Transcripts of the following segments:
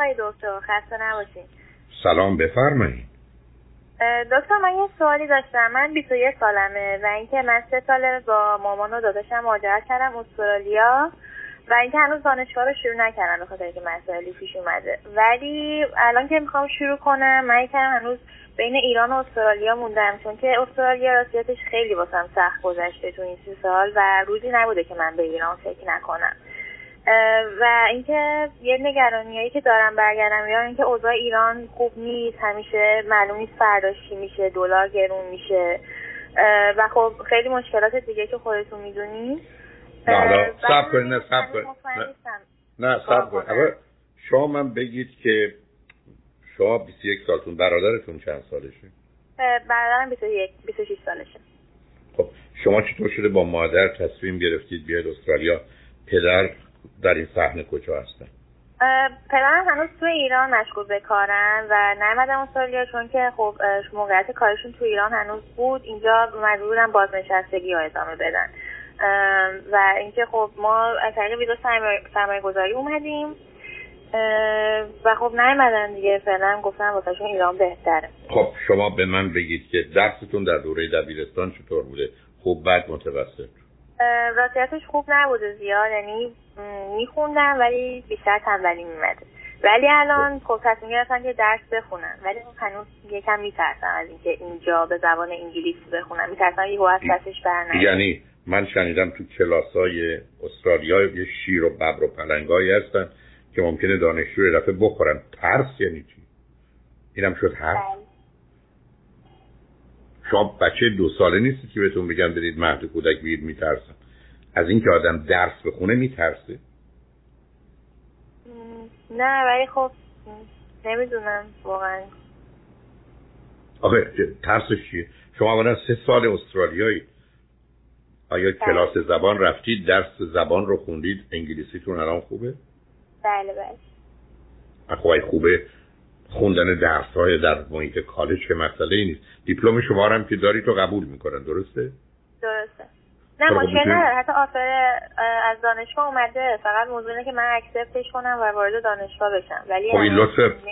آقای دکتر، خسته نباشین. سلام، بفرمایید. دکتر من یه سوالی داشتم. من 21 سالمه و اینکه من 3 ساله با مامان و داداشم مهاجرت کردم استرالیا و اینکه هنوز دانشگاه رو شروع نکردم به خاطر اینکه مسائلی پیش اومده. ولی الان که میخوام شروع کنم، من یکم هنوز بین ایران و استرالیا موندم، چون که استرالیا راستیتش خیلی واسم سخت گذشته تو این 3 سال و روزی نبوده که من به ایران فکر نکنم. و اینکه یه نگرانیایی که دارم برگردم یا اینکه اوضاع ایران خوب نیست، همیشه معلوم نیست فرداش چی میشه، دلار گرون میشه و خب خیلی مشکلات دیگه که خودتون میدونی. نه صبر کنید، نه صبر کنید. اول شما من بگید که شما 21 سالتون، برادرتون چند سالشه؟ برادرم 26 سالشه. خب شما چطور شده با مادر تصمیم گرفتید بیاید استرالیا؟ پدر در این صحنه کجا هستن؟ پدرم هنوز تو ایران مشغول به کارن و نیومدن استرالیا، چون که خب موقعیت کارشون تو ایران هنوز بود. اینجا مجبورن بازنشستگی رو ادامه بدن و اینکه خب ما از طریق ویزا سرمایه گذاری اومدیم و خب نیومدن دیگه. فعلا گفتن واسهشون ایران بهتره. خب شما به من بگید که درستون در دوره دبیرستان چطور بوده؟ خوب، بد، متوسط؟ راستیتش خوب نبوده زیاد، یعنی میخوندم ولی بیشتر تنبلی میمده. ولی الان خب تصمیم گرفتن که درس بخونن، ولی هنوز یکم میترسم از اینکه اینجا به زبان انگلیسی بخونم. میترسم یهو از دستش برنه. یعنی من شنیدم تو کلاسای استرالیا یه شیر و ببر و پلنگایی هستن که ممکنه دانشجو یه دفعه بخورن. ترس یعنی چی؟ اینم شد حرف؟ شما بچه 2 ساله نیستی که بهتون بگم برید مهد کودک بگید میترسم. از اینکه آدم درس بخونه میترسه؟ نه ولی خب نمیدونم واقعا. آخه ترسش چیه؟ شما اولا 3 سال استرالیایی، آیا کلاس زبان رفتید، درس زبان رو خوندید، انگلیسیتون الان خوبه؟ بله. خب خوبه، خوندن درس‌های در محیط کالج که مسئله ای نیست. دیپلم شما هم که داری تو قبول میکنن، درسته؟ درسته. نه مشکل نداره، حتی آفر از دانشگاه اومده، فقط موضوع اینه که من اکسپتش کنم و وارد دانشگاه بشم. ولی خب این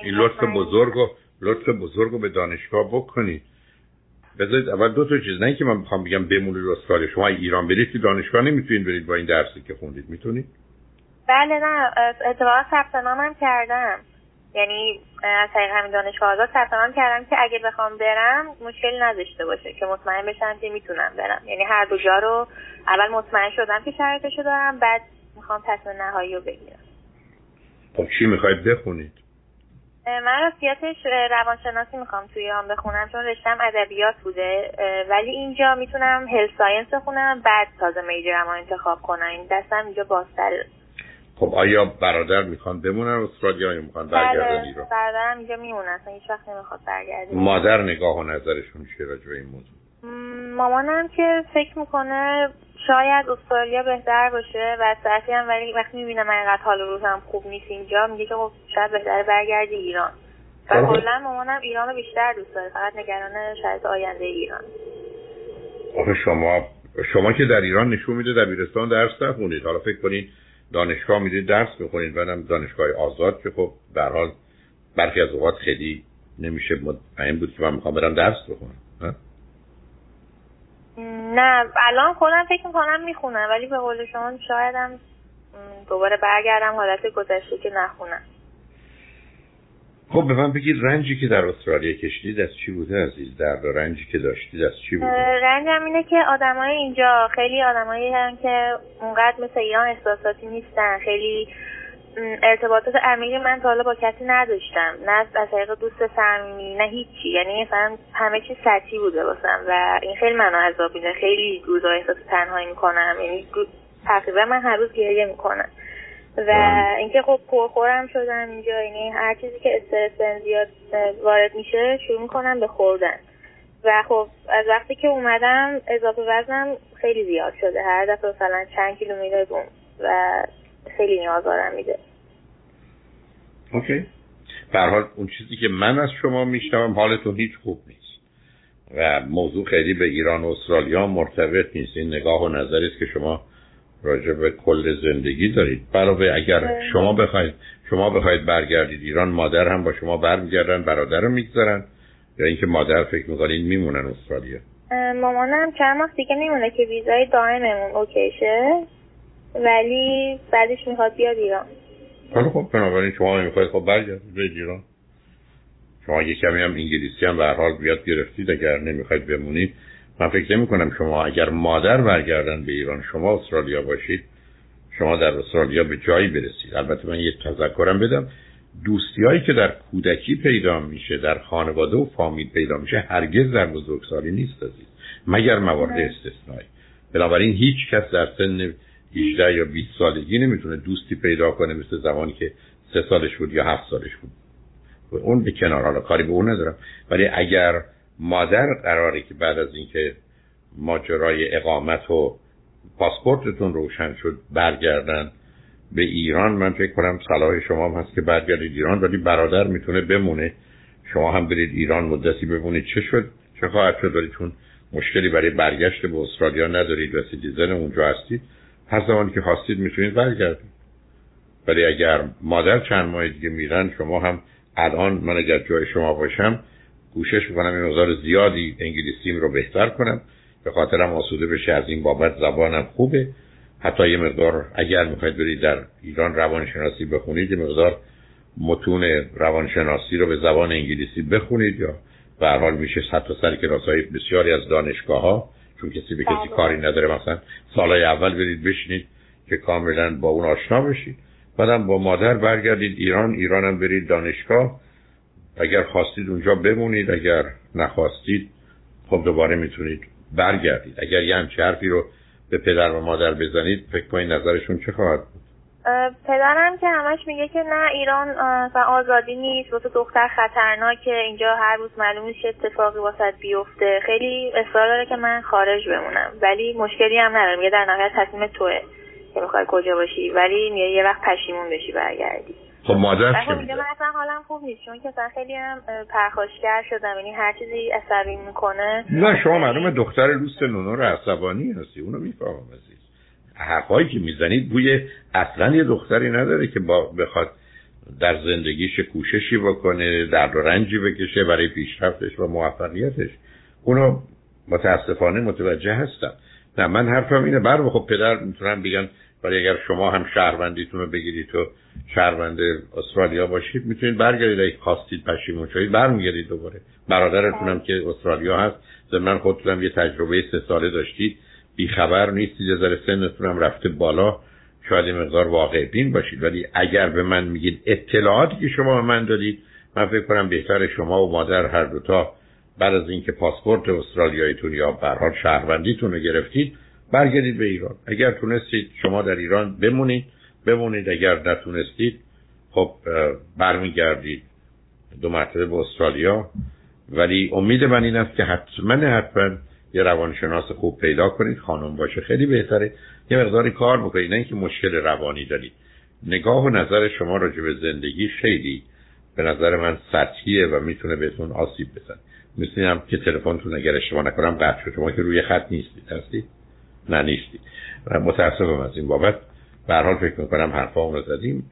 لطف بزرگو به دانشگاه بکنید. بذارید اول 2 تا چیز، نه که من میخوام بگم بمونید استرالیا. شما ایران برید که دانشگاه نمیتونید برید با این درسی که خوندید، میتونید؟ بله نه اتفاقا ثبت نامم کردم، یعنی از طریق همین دانشگاه آزاد ثبت نام کردم که اگه بخوام برم مشکلی نداشته باشه، که مطمئن بشم که میتونم برم. یعنی هر دو جا رو اول مطمئن شدم که شرایطشو دارم، بعد میخوام تصمیم نهایی رو بگیرم. خب چی میخواید بخونید؟ من راستیتش روانشناسی میخوام توی آن بخونم، چون رشتم ادبیات بوده، ولی اینجا میتونم هلت ساینس بخونم بعد تازه میجرم رو انتخاب کنم. این دستم اینجا بازتره. خب آیا برادر میخوان بمونن استرالیا یا میخوان برگردن ایران؟ برادرم اینجا میمونه، اصلا هیچ وقت نمیخواد برگرده. مادر نگاه و نظرشون چیه راجع به این موضوع؟ مامانم که فکر میکنه شاید استرالیا بهتر باشه و ساعتی هم، ولی وقتی میبینه من اینقدر حال روزم خوب نیست اینجا، میگه که خب شاید بهتره برگردی ایران. و کلا مامانم ایران رو بیشتر دوست داره، فقط نگران شاید آینده ایران. آخه شما که در ایران نشون میده دبیرستان درس نخونید، حالا فکر کنید دانشگاه میرید درس میخونید، بعدم دانشگاه آزاد که خب به هر حال برخی از اوقات خیلی نمیشه مطمئن بود که من میخوام برم درس بخونم. نه الان خودم فکر میکنم میخونم، ولی به قول شما شایدم دوباره برگردم حالت گذشته که نخونم. خب به من بگید رنجی که در استرالیا کشیدید از چی بوده عزیز؟ درد و رنجی که داشتید از چی بوده؟ رنجم اینه که آدمای اینجا خیلی آدمایی هستن که اونقدر مثل ایران احساساتی نیستن. خیلی ارتباطات عمیقی من تا حالا با کسی نداشتم، نه از طریق دوست صمیمی نه هیچی. یعنی مثلا همه چیز سطحی بوده واسم و این خیلی منو عذاب میده. خیلی روزا احساس تنهایی میکنم، یعنی تقریبا من هر روز گریه میکنم و اینکه خب پرخورم شدم اینجا. یعنی هر چیزی که استرس زیاد وارد میشه شروع میکنم به خوردن و خب از وقتی که اومدم اضافه وزنم خیلی زیاد شده، هر دفعه مثلا چند کیلومتر دوم و خیلی نیازارم میده. اوکی. به هر حال اون چیزی که من از شما میشنوم حالتون هیچ خوب نیست و موضوع خیلی به ایران و استرالیا مرتبط نیست. این نگاه و نظری است که شما راجع به کل زندگی دارید. علاوه اگر شما بخواید برگردید ایران، مادر هم با شما برمیگردن، برادر رو میگذارن، یا اینکه مادر فکر میکنین میمونن استرالیا؟ مامانم چند ماه دیگه میمونه که ویزای دائممون اوکی شه، ولی بعدش میخواد بیاد ایران. حالا خب بنابراین شما میخواید خب برگردید به ایران. شما یه کمی هم انگلیسی هم به هر حال بیاد گرفتید. اگر نمیخواید بمونید، من فکر نمی کنم شما اگر مادر برگردن به ایران، شما استرالیا باشید، شما در استرالیا به جایی برسید. البته من یه تذکرم بدم، دوستیایی که در کودکی پیدا میشه، در خانواده و فامیل پیدا میشه، هرگز در بزرگسالی نیست عزیز، مگر موارد استثنایی. بنابراین هیچ کس در سن 18 یا 20 سالگی نمیتونه دوستی پیدا کنه مثل زمانی که 3 سالش بود یا 7 سالش بود. اون به کنار، حالا کاری به اون ندارم، ولی اگر مادر قراره که بعد از اینکه ماجرای اقامت و پاسپورتتون روشن شد برگردن به ایران، من فکر کنم صلاح شما هم هست که برگردید ایران، ولی برادر میتونه بمونه، شما هم برید ایران مدتی بمونید. چه شد؟ چه خواهد شد؟ ولی چون مشکلی برای برگشت به استرالیا ندارید و سیتیزن اونجا هستید، هر زمانی که خواستید میتونید برگردید. ولی اگر مادر چند ماه دیگه میرن، شما هم الان، من اگر جای شما باشم کوشش میکنم این مقدار زیادی انگلیسیم رو بهتر کنم، به خاطرم آسوده بشه. از این بابت زبانم خوبه، حتی یه مقدار اگر میخواید برید در ایران روانشناسی بخونید، یه مقدار متون روانشناسی رو به زبان انگلیسی بخونید، یا به هر حال میشه حتی سر کلاس‌های بسیاری از دانشگاه‌ها، چون کسی به کسی کاری نداره، مثلا سالهای اول برید بشینید که کاملا با اون آشنا بشید، بعدم با مادر برگردید ایران، ایرانم برید دانشگاه، اگر خواستید اونجا بمونید، اگر نخواستید خب دوباره میتونید برگردید. اگر یه همچه حرفی رو به پدر و مادر بزنید، فکر کنید نظرشون چه خواهد بود؟ پدرم که همش میگه که نه ایران آزادی نیست، واسه دختر خطرناکه، اینجا هر روز معلوم نیست اتفاقی واسه بیفته. خیلی اصرار داره که من خارج بمونم، ولی مشکلی هم نداره، میگه در نهایت تصمیم توئه که میخوای کجا باشی، ولی میگه یه وقت پشیمون بشی برگردی. خب مادر چی میگه؟ من اصلا حالم خوب نیست، چون که اصلا خیلی هم پرخاشگر شدم، یعنی هر چیزی عصبی میکنه. نه شما معلومه دختر دوست نونو رو عصبانی هستی، اونو میفهمم عزیز. حرفایی که میزنید بوی اصلا یه دختری نداره که بخواد در زندگیش کوششی بکنه، درد و رنجی بکشه برای پیشرفتش و موفقیتش. اونو متاسفانه متوجه هستم. نه من حرفم اینه، خب پدر میتونن بگن ولی اگر شما هم شهروندیتون رو بگیرید تو شهروند استرالیا باشید، میتونید برگردید، اگه خواستید پشیمون شدید برمیگردید دوباره. برادرتون هم که استرالیا هست، ضمن خودتون هم یه تجربه 3 ساله داشتید، بیخبر نیستید، یه ذره سنتون هم رفته بالا، شاید این مقدار واقع بین باشید. ولی اگر به من میگید اطلاعاتی که شما به من دادید، من فکر کنم بهتره شما و مادر هر دوتا بعد از اینکه پاسپورت استرالیاییتون یا به هر حال شهروندیتون رو گرفتید، برگردید به ایران. اگر تونستید شما در ایران بمونید، اگر نتونستید خب برمیگردید 2 مرتبه به استرالیا. ولی امید من این است که حتما یه روانشناس خوب پیدا کنید، خانم باشه، خیلی بهتره، یه مقداری کار بکنید، نه اینکه مشکل روانی دارید. نگاه و نظر شما راجع به زندگی خیلی به نظر من سطحیه و میتونه بهتون آسیب بزنه. مثلا که تلفنتون اگر اشتباه نکنم قطع شد، شما که روی خط نیستید هستید؟ نه نیستید. متاسفم از این بابت. به هر حال فکر می‌کنم حرفامو رو زدیم.